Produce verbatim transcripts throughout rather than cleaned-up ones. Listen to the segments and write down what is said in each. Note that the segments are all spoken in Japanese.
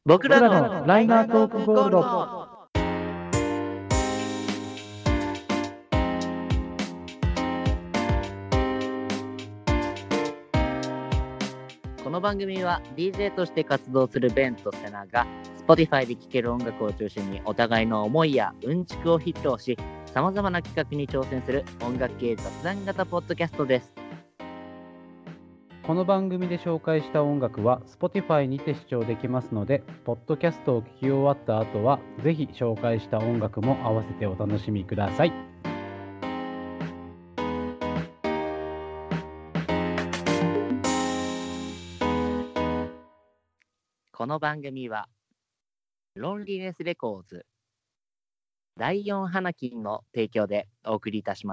僕らのライナートークゴールド。この番組は ディージェー として活動するベンとセナが Spotify で聴ける音楽を中心にお互いの思いやうんちくを披露し、さまざまな企画に挑戦する音楽系雑談型ポッドキャストです。 この番組で紹介した音楽は Spotify にて視聴できますので、ポッドキャストを聞き終わった後はぜひ紹介した音楽も合わせてお楽しみください。 この番組はロンリネスレコーズだいよん花金の提供でお送りいたします。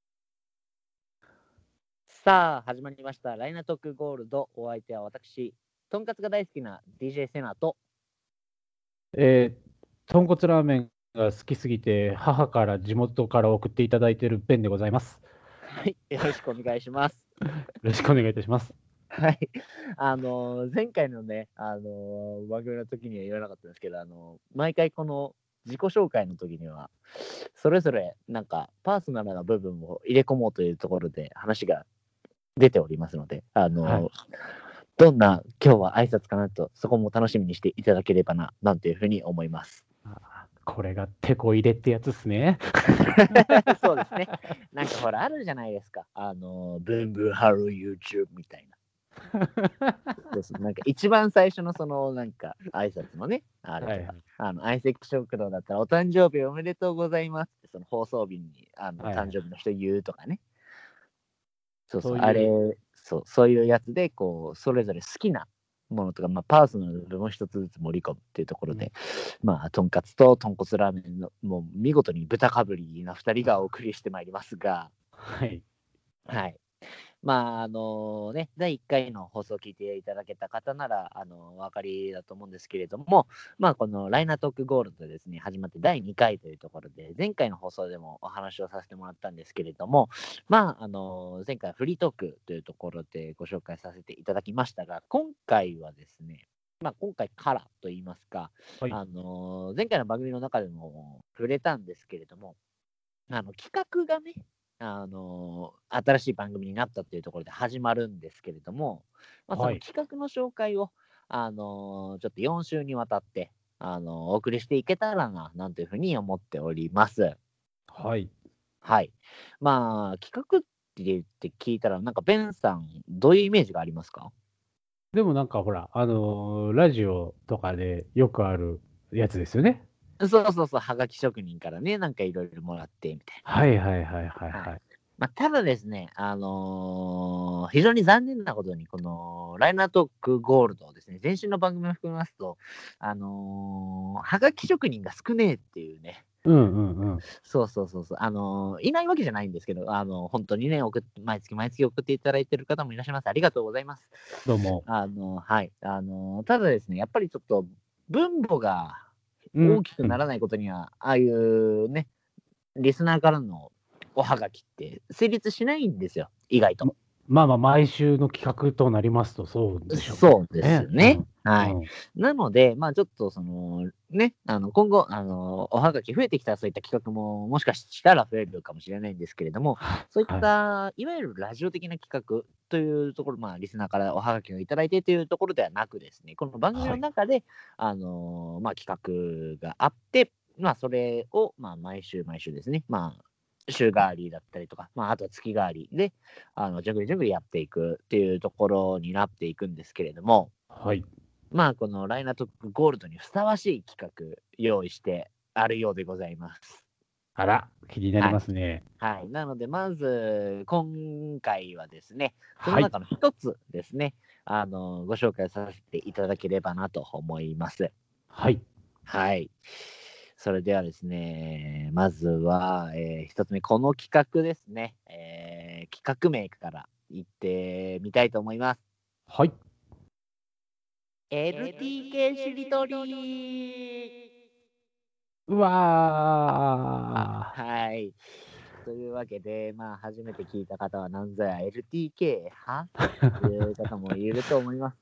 さあ始まりましたライナートークゴールド。お相手は私、とんかつが大好きな ディージェー セナと、 えー、豚骨ラーメンが好きすぎて母から地元から送っていただいているベンでございます。 はい、よろしくお願いします。 よろしくお願いいたします。 はい、あのー前回のね、あのー番組の時には言わなかったんですけど、あのー毎回この自己紹介の時にはそれぞれなんかパーソナルな部分を入れ込もうというところで話が出ておりますので、あのーはいどんな今日は挨拶かなと、そこも楽しみにしていただければななんていうふうに思います。 あこれがテこ入れってやつですね。 そうですね。なんかほらあるじゃないですか、あのーブンブンハロー YouTube みたいな。そうそう、なんか一番最初のそのなんか挨拶のね、あれとか、 はいはいあの相席食堂だったらお誕生日おめでとうございますってその放送日にあの、 はいはい誕生日の人言うとかね。そうそう、 そういうあれ、そうそういうやつでこうそれぞれ好きなものとか、まあ、パーソナルな部分を一つずつ盛り込むっていうところで、うん、まあとんかつと豚骨ラーメンのもう見事に豚かぶりなふたりがお送りしてまいりますが、 はいはい。まあ、あのね、だいいっかいの放送を聞いていただけた方なら、あの、お分かりだと思うんですけれども、まあ、このライナートークゴールドですね、始まってだいにかいというところで、前回の放送でもお話をさせてもらったんですけれども、まあ、あの、前回フリートークというところでご紹介させていただきましたが、今回はですね、まあ、今回からといいますか、 はいあの、前回の番組の中でも触れたんですけれども、あの、企画がね、あのー新しい番組になったっていうところで始まるんですけれども、まあ、そはいの企画の紹介を、あのーちょっとよん週にわたって、あのーお送りしていけたらな、なんていうふうに思っております。 はいはい。まあ、企画って言って聞いたら、なんかベンさん、どういうイメージがありますか？ でもなんかほら、あのーラジオとかでよくあるやつですよね。 そうそうそう、はがき職人からね、なんかいろいろもらってみたいはいはいはいはいな。ははいい。 まあ、ただですね、あのー非常に残念なことに、このライナートークゴールドをですね、前週の番組を含めますと、あのーはがき職人が少ねえっていうね、 うんうんうん。 そうそうそうそう、あのーいないわけじゃないんですけど、あのー本当にね、送っ毎月毎月送っていただいている方もいらっしゃいます。ありがとうございます。 どうも。 あのーはい。あのーただですね、やっぱりちょっと分母がうん大きくならないことには、ああいうね、リスナーからのおはがきって成立しないんですよ、意外と。 まあまあ、毎週の企画となりますとそうでしょうね。 そうですよね。 うんはい。 うんなので、まあちょっとその、ね、あの、今後、あの、おはがき増えてきたらそういった企画ももしかしたら増えるかもしれないんですけれども、そういっはいた、いわゆるラジオ的な企画というところ、まあリスナーからおはがきをいただいてというところではなくですね、この番組の中で、あの、まあ企画があって、まあそれを、まあ毎週毎週ですね、まあ週替わりだったりとか、まあ、あとは月替わりで、あの、じゅんぐりじゅんぐりやっていくっていうところになっていくんですけれども、 はい。 まあ、このライナートークゴールドにふさわしい企画用意してあるようでございます。 あら、気になりますね。 はい。なので、まず、今回はですね、そのはい。 中の一つですね、あの、ご紹介させていただければなと思います。 はい。 はい。それではですね、まずは、えー一つ目、この企画ですね、えー企画名から言ってみたいと思います。 はい。 エルティーケー しりとり。 うわー。 はい。というわけで、まあ、初めて聞いた方は、なんぞや エルティーケー はという方もいると思います。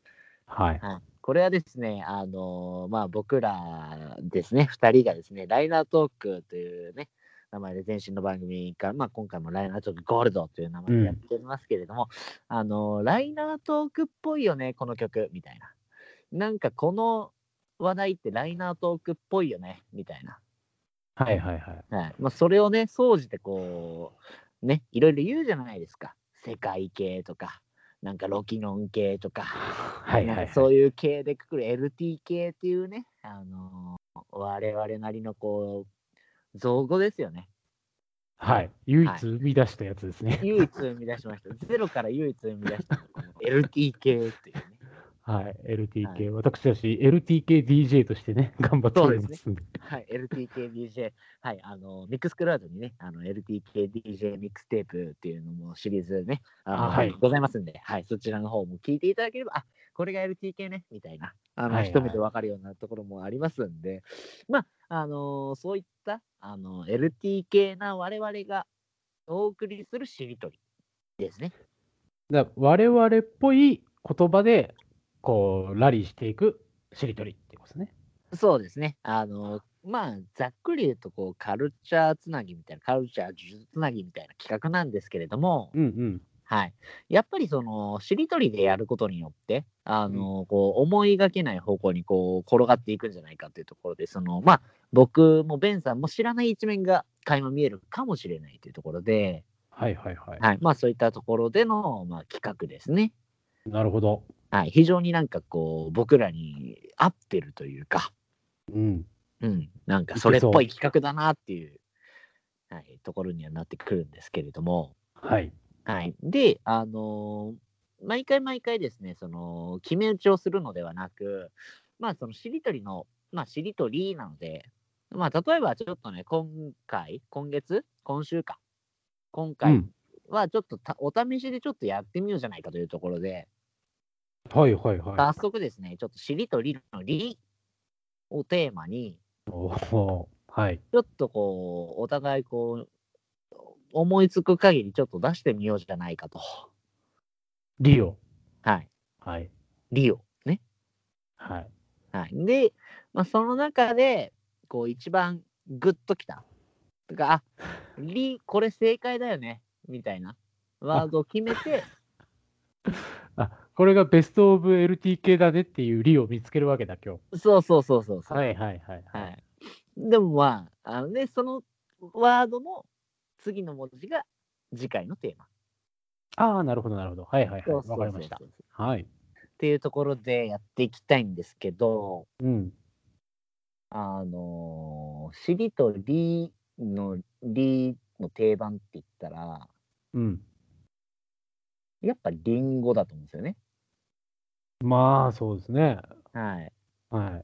はい。 はい、これはですね、あのーまあ、僕らですね、ふたりがですね、ライナートークというね、名前で前身の番組から、まあ、今回もライナートークゴールドという名前でやっておりますけれども、うん、あのーライナートークっぽいよね、この曲、みたいな。なんかこの話題ってライナートークっぽいよね、みたいな。 はいはいはい。 はい。まあ、それをね、総じてこう、ね、いろいろ言うじゃないですか。世界系とか、なんかロキノン系とか、 はいはいはい。 なんかそういう系でくくる エルティー 系っていうね、あのー我々なりのこう、造語ですよね。 はい。唯はい。 一生み出したやつですね。 唯一生み出しました。ゼロから唯一生み出したのがこの エルティー 系っていうね。 はい。エルティー 系。 はい。 私たち エルティー 系 ディージェー としてね、頑張っておそうですね。 りますんで。 はい、エルティー 系 ディージェー、はい、あの、ミックスクラウドにね、あの、エルティー 系 ディージェー ミックステープっていうのもシリーズね、あの、 はい。 ございますんで、はい、そちらの方も聞いていただければ、あ、これが エルティー 系ね、みたいな、あの、 はいはい。 一目でわかるようなところもありますんで、まあ、あのそういった、あの、エルティー 系な我々がお送りするしりとりですね。 だ我々っぽい言葉で、こう、ラリーしていくしりとりっていうことですね。 そうですね。あの、まあ、ざっくり言うと、こう、カルチャーつなぎみたいな、カルチャー呪術つなぎみたいな企画なんですけれども、 うんうん。 はい。やっぱりその、しりとりでやることによって、あうんの、こう、思いがけない方向にこう、転がっていくんじゃないかというところで、その、まあ、僕もベンさんも知らない一面が垣間見えるかもしれないというところで、 はいはいはい。 はい。まあ、そういったところでの、まあ、企画ですね。 なるほど。 はい。非常になんかこう、僕らに合ってるというか、 うん。 うん。なんかいけそう。 それっぽい企画だなっていう、はい、ところにはなってくるんですけれども、 はい。 はい。で、あのー毎回毎回ですね、その、決め打ちをするのではなく、まあ、そのしりとりの、まあ、しりとりなので、まあ、例えばちょっとね、今回、今月、今週か、今回うん。 はちょっとたお試しでちょっとやってみようじゃないかというところで、 はいはいはい。 早速ですね、ちょっとしりとりのりをテーマに、 おお、はい。 ちょっとこう、お互いこう、思いつく限りちょっと出してみようじゃないかと。 リオ。 はい。 はい。 リオ。ね。 はい。 はい。で、まあ、その中で、こう、一番グッときた。とか、あ、リ、これ正解だよね。みたいなワードを決めて、 あ、これがベストオブ エルティー 系だねっていうリを見つけるわけだ、今日。 そうそうそうそうそう。 はいはいはいははい。 い。でもまあ、あのね、そのワードの次の文字が次回のテーマ。 ああ、なるほどなるほど。はいはいはい。 そうわかりました。 そうそうそう。っはい。 ていうところでやっていきたいんですけど、 うん。 あのーしりとりのりの定番って言ったら、 うん。 やっぱりリンゴだと思うんですよね。 まあ、そうですね。 はい。 はい。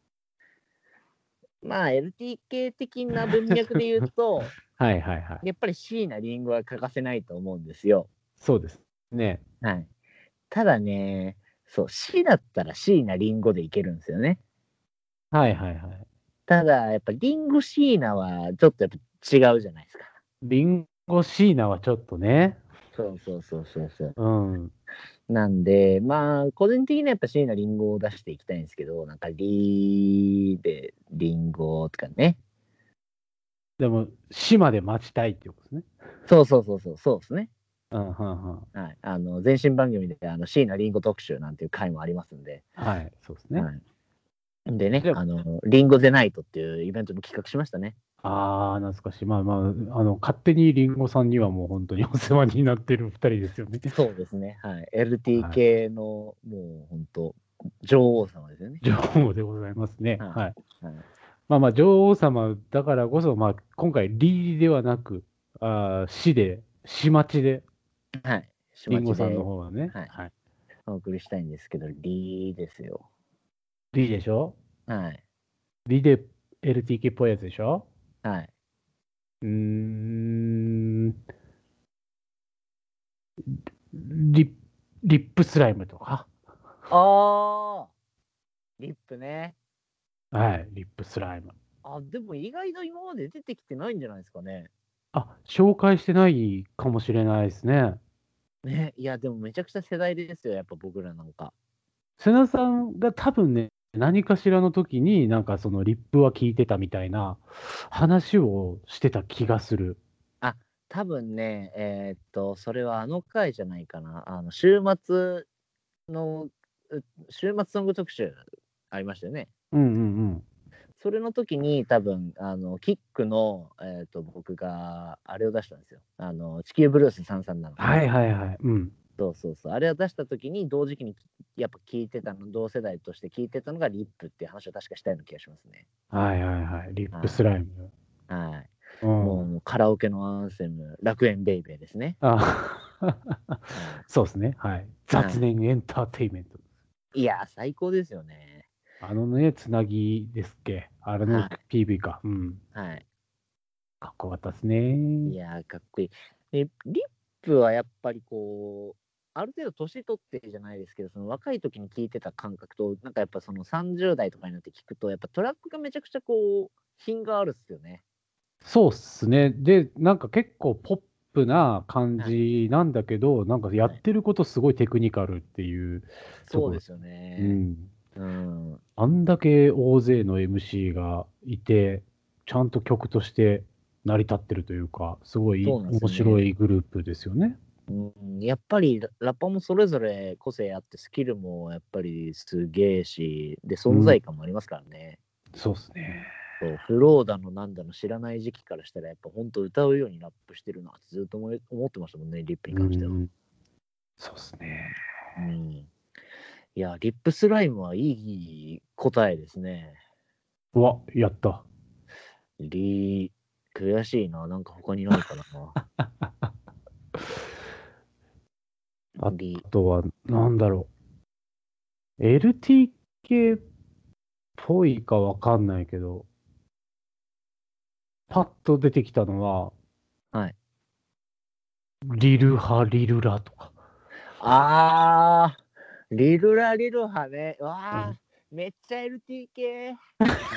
まあ、エルティー 系的な文脈で言うと、 はいはいはい。 やっぱり椎名林檎は欠かせないと思うんですよ。 そうですね。 はい。ただね、そう、椎だったら椎名林檎でいけるんですよね。 はいはいはい。 ただ、やっぱリンゴ椎名はちょっとやっぱ違うじゃないですか。 リンゴシーナはちょっとね。 そうそうそうそうそう。 うん。 なんで、まあ、個人的にはやっぱ椎名林檎を出していきたいんですけど、なんかリーでリンゴとかね。 でも、島で待ちたいっていうことですね。 そうそうそうそう、そうですね。 うん、うん、うん。 はい。あの、前身番組で、あの、椎名林檎特集なんていう回もありますんで、 はい、そうですね。 はい。でね、 じゃあの、リンゴゼナイトっていうイベントも企画しましたね。 あ、あー懐かしい。まあまあ、あの、勝手にリンゴさんにはもう本当にお世話になってる二人ですよね。 そうですね。はい。エルティーはい。 系の、もう本当、女王様ですよね。 女王でございますね。 はい。 はい。 はい。 まあまあ、女王様だからこそ、まあ、今回、リーではなく、あー市で、市町で、 はい。下リンゴさんの地で、 方はね、 はい。 はい。 お送りしたいんですけど、リーですよ。 リーでしょ？ はい。 リーで エルティー 系っぽいやつでしょ？ はい。 うーん、リ、リップスライムとか。 あー、リップね。 はい、リップスライム。 あ、でも意外と今まで出てきてないんじゃないですかね。 あ、紹介してないかもしれないですね。 ね。いや、でもめちゃくちゃ世代ですよ、やっぱ僕らなんか。 瀬名さんが多分ね、何かしらの時に、なんかそのリップは聞いてたみたいな話をしてた気がする。 あ、多分ね、えーっと、それはあの回じゃないかな。あの、週末の、う週末ソング特集ありましたよね。 うんうんうん。 それの時に多分、あの、キックの、えーっと、僕が、あれを出したんですよ。あの、地球ブルースさんさんなな。 はいはいはい。うん。 そうそうそう。あれを出した時に、同時期にやっぱ聞いてたの、同世代として聞いてたのがリップっていう話を確かしたような気がしますね。 はいはいはい。リップはスライム。 い。はい。 うん。 もうカラオケのアンセム、楽園ベイベーですね。 あはそうですね。はい。 い。は雑念エンターテイメント。 い。いや、最高ですよね。 あのね、つなぎですっけ。あれのはピーブイ か。うん。 い。はい。 かっこよかったですね。 いや、かっこいい。で、リップはやっぱりこう、ある程度年取ってじゃないですけど、その若い時に聞いてた感覚と、なんかやっぱそのさんじゅう代とかになって聞くと、やっぱトラックがめちゃくちゃこう、品があるっすよね。 そうっすね。で、なんか結構ポップな感はい。 じなんだけど、なんかやはい。 ってることすごいテクニカルっていうところ。 そうですよね。 うん。 うん。 あんだけ大勢の エムシー がいて、ちゃんと曲として成り立ってるというか、すごいそうなんです面よね。 白いグループですよね。 うん、やっぱりララッパーもそれぞれ個性あってスキルもやっぱりすげえし、で、存うん。 在感もありますからね。 そうっすね。 そう、フローだのなんだの知らない時期からしたらやっぱ本当歌うようにラップしてるなってずっと思い思ってましたもんね、リップにう関しては。 ん。そうっすね。 うん。いや、リップスライムはいい答えですね。 うわ、やった。 リー、悔しいな。なんか他にないかな。 あリとは、なんだろう。エルティーケー っぽいかわかんないけど、パッと出てきたのは、 ー、はい。 リルハ、リルラとか。 あー、リルラリルハね。わー、 うん、 めっちゃ エルティーケー。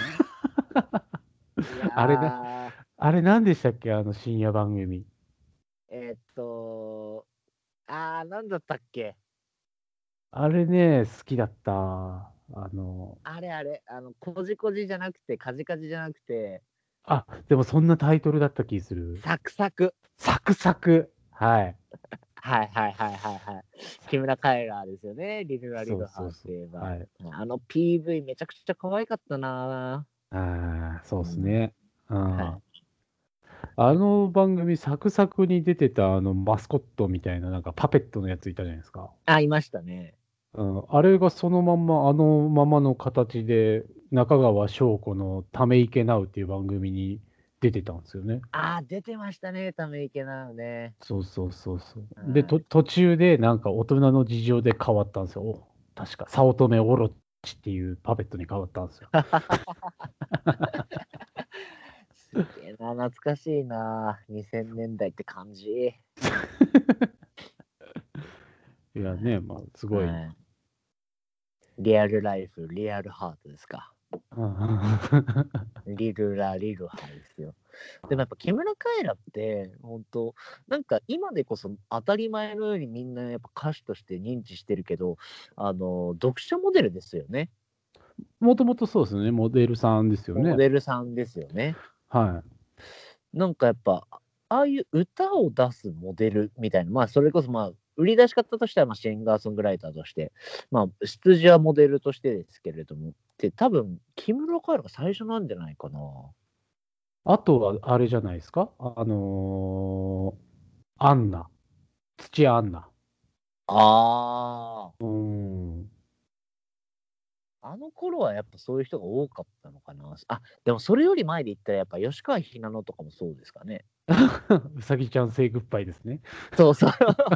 いやあれな、 ー、 あれ何でしたっけあの深夜番組。 えーっと、あー、なんだったっけ。 あれね、好きだった。あの、 あれあれ、あの、こじこじじゃなくて、かじかじじゃなくて、 あ、でもそんなタイトルだった気する。 サクサク。 サクサク。はい。 はいはいはいはいはい。木村カエラですよね。リルラリそうルハっそうそう。 て言えば。 はい。 あの ピーブイ めちゃくちゃ可愛かったな。 ああ、そううん。 ですね。うん。 はい。 あの番組、サクサクに出てたあのマスコットみたいな、なんかパペットのやついたじゃないですか。 あ、いましたね。 うん、あれがそのまんま、あのままの形で、中川翔子のため池なうっていう番組に出てたんですよね。 あ、出てましたね。ため池なのね。 そうそうそうそう。で、と、 はい。 途中でなんか大人の事情で変わったんですよ。お確か、早乙女オロチっていうパペットに変わったんですよ。 すげえな。懐かしいな。にせんねんだいって感じ。 いやね、まあ、すごい。 はい。リアルライフ、リアルハートですか。 うん。 リルラリルハですよ。でもやっぱ木村カエラって、本当なんか今でこそ当たり前のようにみんなやっぱ歌手として認知してるけど、あの、読者モデルですよね。 もともとそうですね、モデルさんですよね。 モデルさんですよね。 はなんかやっぱ、ああいう歌を出すモデルみたいな、まあそれこそまあ、売り出し方としてはまあシンガーソングライターとして、まあ出自はモデルとしてですけれども、で多分木村カエラが最初なんじゃないかな。 い。あとは、あれじゃないですかあのーアンナ。土屋アンナ。 ああ。 うーん。 あの頃はやっぱそういう人が多かったのかな。あ、でもそれより前で言ったらやっぱ吉川ひなのとかもそうですかね。 うさぎちゃんセイグッバイですね。 そうそう。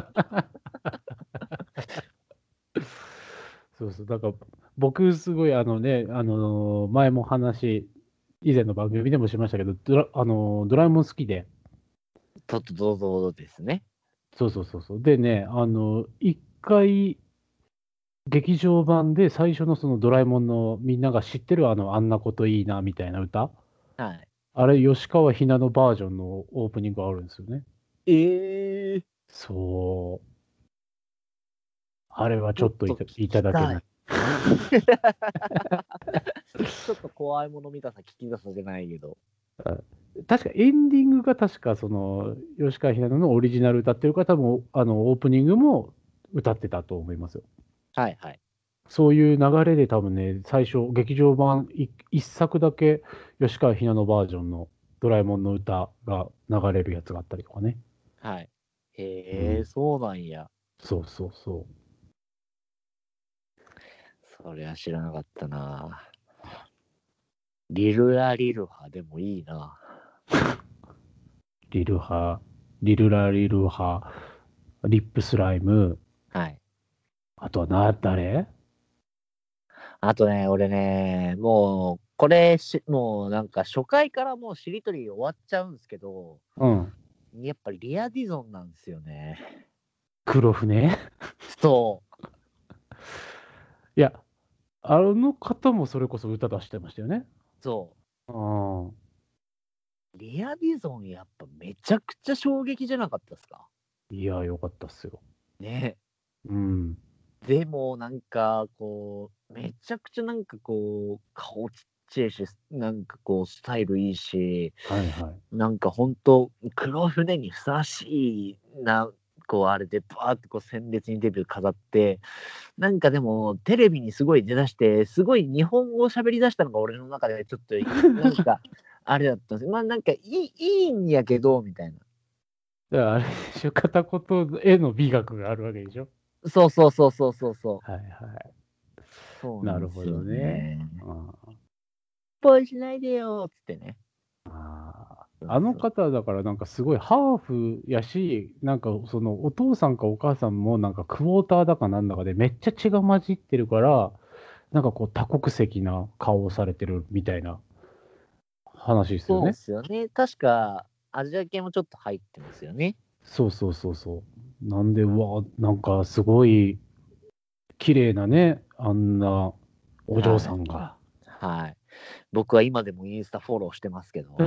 そうそう。だから、僕、すごい、あのね、あのー前も話、以前の番組でもしましたけど、ドラ、あのードラえもん好きで、 とっとどうぞですね。 そうそうそうそう。でね、あの、一回、劇場版で最初のそのドラえもんのみんなが知ってるあの、あんなこといいなみたいな歌、 はい。 あれ、吉川ひなのバージョンのオープニングあるんですよね。 ええー、 そう。あれはちちょっと聞ょっといた、いたきたい。 だけない。 ちょっと怖いもの見たさ聞き出させないけど。 確かエンディングが確かその吉川ひなののオリジナル歌ってるから多分あのオープニングも歌ってたと思いますよ。 はいはい。 そういう流れで多分ね、最初劇場版い一作だけ吉川ひなのバージョンのドラえもんの歌が流れるやつがあったりとかね。 はい。へえ、 うんそうなんや。 そうそうそそりゃ知らなかったな。リルラリルハでもいいな。 う。リルハ、リルラリルハ、リップスライム、 はい。 あとはな、誰あとね、俺ね、もう、これし、もうなんか初回からもうしりとり終わっちゃうんですけど、 うん。 やっぱりリアディゾンなんですよね。 黒船そいや、あの方もそれこそ歌出してましたよね。 う、そああ。 う。リアディゾンやっぱめちゃくちゃ衝撃じゃなかったですか？ いや、よかったっすよ。 ね。 うん。 でもなんかこう、めちゃくちゃなんかこう、顔ちっちゃいし、なんかこう、スタイルいいし、 はいはい。 なんかほんと、黒船にふさわしいな、こう、あれでバーってこう鮮烈にデビュー飾って、なんかでも、テレビにすごい出だして、すごい日本語を喋り出したのが俺の中でちょっと、なんか、あれだったんですよ。まあなんかいい、いいんやけど、みたいな。 だからあれでしょ、片言への美学があるわけでしょ。 そうそうそうそうそうそう。 はいはい。 そうななるほんですよどね。 ね。 あポイしないでよ、つってね。 あそうあのそう。 方だからなんかすごいハーフやし、なんかそのお父さんかお母さんもなんかクォーターだかなんだかでめっちゃ血が混じってるから、なんかこう多国籍な顔をされてるみたいな話ですよそうっね。 すよね。確か、アジア系もちょっと入ってますよね。 そうそうそうそう。なんで、うわ、なんかすごい綺麗なね、あんなお嬢はい。 さんが。 はい。僕は今でもインスタフォローしてますけど。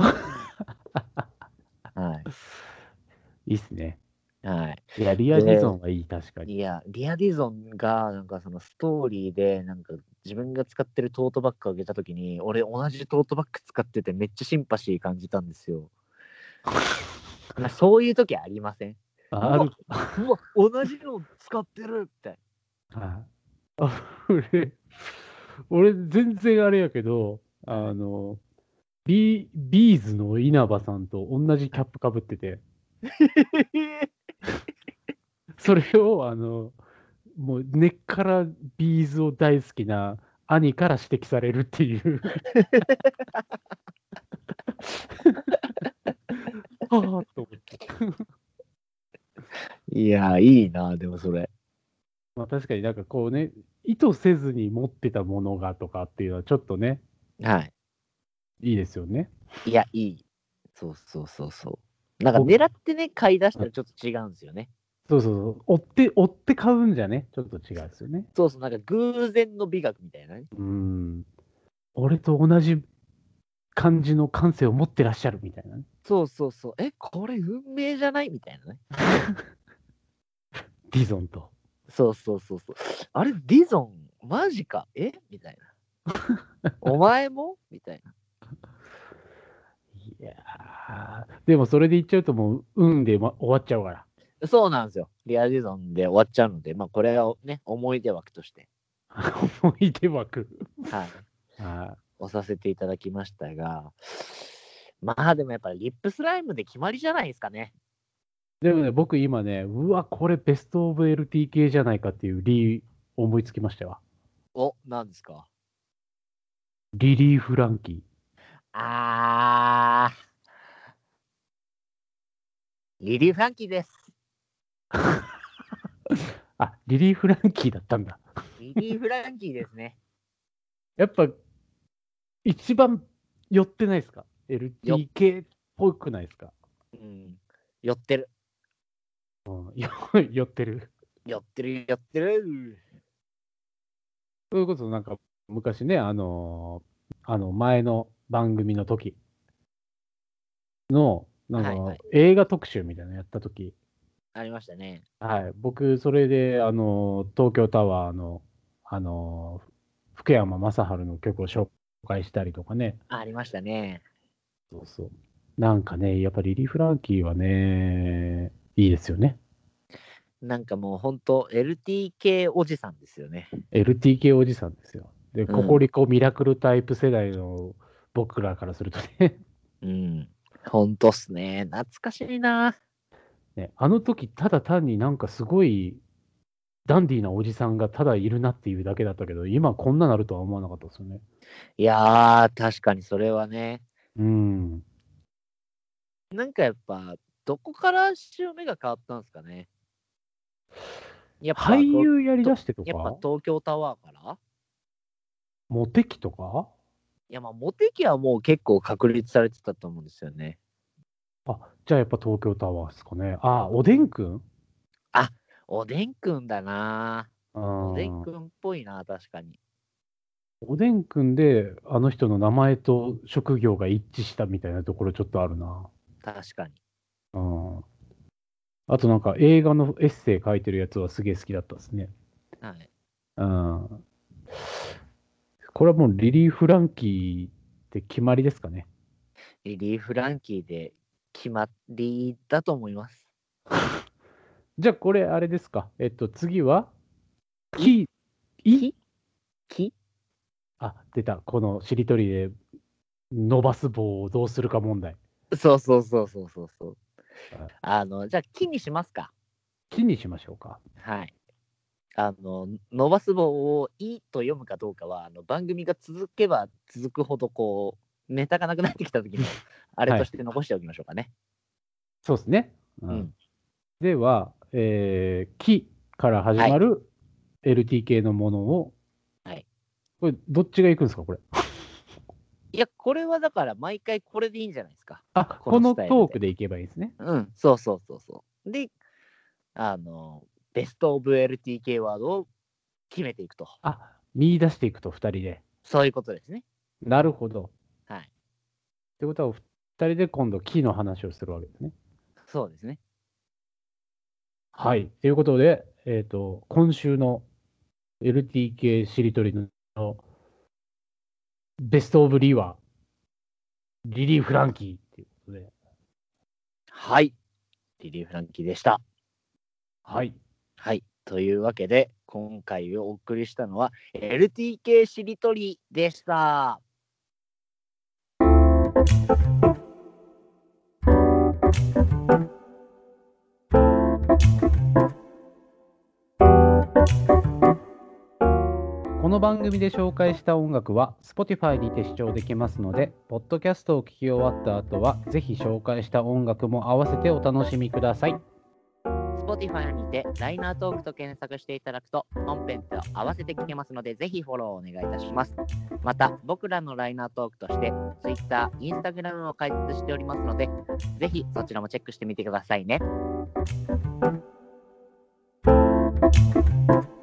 はい。 いいっすね。 はい。 いや、リアディゾで、 ンはいい、確かに。 いや、リアディゾンが、なんかそのストーリーで、なんか自分が使ってるトートバッグをあげたときに、俺同じトートバッグ使っててめっちゃシンパシー感じたんですよ。まあ、そういう時ありません？うわ、 ある。 うわ、同じの使ってるみたいはい。あ、俺、俺全然あれやけど、 な。はい。 あの、ビー、ビーズの稲葉さんと同じキャップかぶってて、それを、あの、もう根っからビーズを大好きな兄から指摘されるっていう。はぁと思って。 いや、いいな、でもそれ。 まあ確かになんかこうね、意図せずに持ってたものがとかっていうのはちょっとね、 はい。 いいですよね。 いや、いい。そうそうそうそう。なんか僕、 狙ってね、買い出したらちょっと違うんですよね。 そうそうそう、追って、追って買うんじゃね、ちょっと違うんですよね。 そうそう、なんか偶然の美学みたいなね。 うーん。俺と同じ感じの感性を持ってらっしゃるみたいなね。 そうそうそう。え、これ運命じゃないみたいなね。 ディゾンと。 そうそうそうそう。あれ、ディゾン、マジかえみたいな。お前もみたいな。 いやー、でもそれで言っちゃうともう、運で、ま、終わっちゃうから。 そうなんですよ。リアディゾンで終わっちゃうので、まあこれをね、思い出枠として、 思い出枠。 はい、 は押させていただきましたが、まあでもやっぱりリップスライムで決まりじゃないですかね。 い。でもね、僕今ね、うわ、これベストオブ エルティーケー じゃないかっていうリー、思いつきましたよ。 お、なんですか？ リリー・フランキー。 あー、リリー・フランキーです。 あ、リリー・フランキーだったんだ。 リリー・フランキーですね。 やっぱ、一番寄ってないですか？ よ、 エルティーケー っぽくないですか？ うん、寄ってる。 うん、よ寄ってる。 寄ってる、寄ってる。 そういうことなんか、昔ね、あのーあの、前の番組の時の、なんか、 はいはい。 映画特集みたいなのやった時、 ありましたね。 はい、僕、それで、あのー東京タワーの、 あのー福山雅治の曲を紹介したりとかね。 ありましたね。 そうそう。なんかね、やっぱりリリー・フランキーはね、いいですよね。 なんかもう本当 エルティーケー おじさんですよね。 エルティーケー おじさんですよ。で、 うんココリコミラクルタイプ世代の僕らからするとね、 うん。本当っすね。懐かしいな。 ね、あの時ただ単になんかすごいダンディーなおじさんがただいるなっていうだけだったけど、今こんななるとは思わなかったですよね。 いやー、確かにそれはね。 うん。 なんかやっぱ、どこから潮目が変わったんですかね。やっぱと、 俳優やりとだしてとやっぱか、 東京タワーからモテ期とか。 いや、まあ、モテ期はもう結構確立されてたと思うんですよね。 あ、じゃあやっぱ東京タワーですかね。あ、おでんくん。 あ、おでんくんだな。 うおでんん。 くんっぽいな、確かに。 おでんくんで、あの人の名前と職業が一致したみたいなところちょっとあるな。 確かに。 うん。あとなんか映画のエッセイ書いてるやつはすげえ好きだったですね。 はい。 うん。これはもうリリー・フランキーって決まりですかね。 リリー・フランキーで決まりだと思います。 じゃあこれあれですか。えっと次は、 いキ、いききあ、出た。このしりとりで伸ばす棒をどうするか問題。 そうそうそうそうそうそう。 あ、 あの、じゃあ、木にしますか。 木にしましょうか。 はい。あの、伸ばす棒をいと読むかどうかは、あの番組が続けば続くほど、こう、ネタがなくなってきた時の、あれとして残しておきましょうかね。 そうですね。ううんん。 では、えー、木から始はい。 まる エルティー 系のものを、 はい。 これどっちがいくんですか、これ。 いや、これはだから、毎回これでいいんじゃないですか。 あ、 このこのスタイルで。 トークでいけばいいですね。 うん、そうそうそうそう。で、あの、ベストオブ エルティーケー ワードを決めていくと。 あ、見出していくとふたりで。 そういうことですね。 なるほど。 はい。 ってことは、ふたりで今度木の話をするわけですね。 そうですね。 はい。ということで、えっと、今週の エルティー 系しりとりのベストオブリーは、リリー・フランキーっていうことで。 はい。リリー・フランキーでした。 はい。 はい。というわけで、今回お送りしたのは エルティーケー しりとりでした。 この番組で紹介した音楽は Spotify にて視聴できますので、ポッドキャストを聞き終わった後は、ぜひ紹介した音楽も合わせてお楽しみください。 Spotify にてライナートークと検索していただくと本編と合わせて聞けますので、ぜひフォローお願いいたします。また、僕らのライナートークとして Twitter、Instagram を開設しておりますので、ぜひそちらもチェックしてみてくださいね。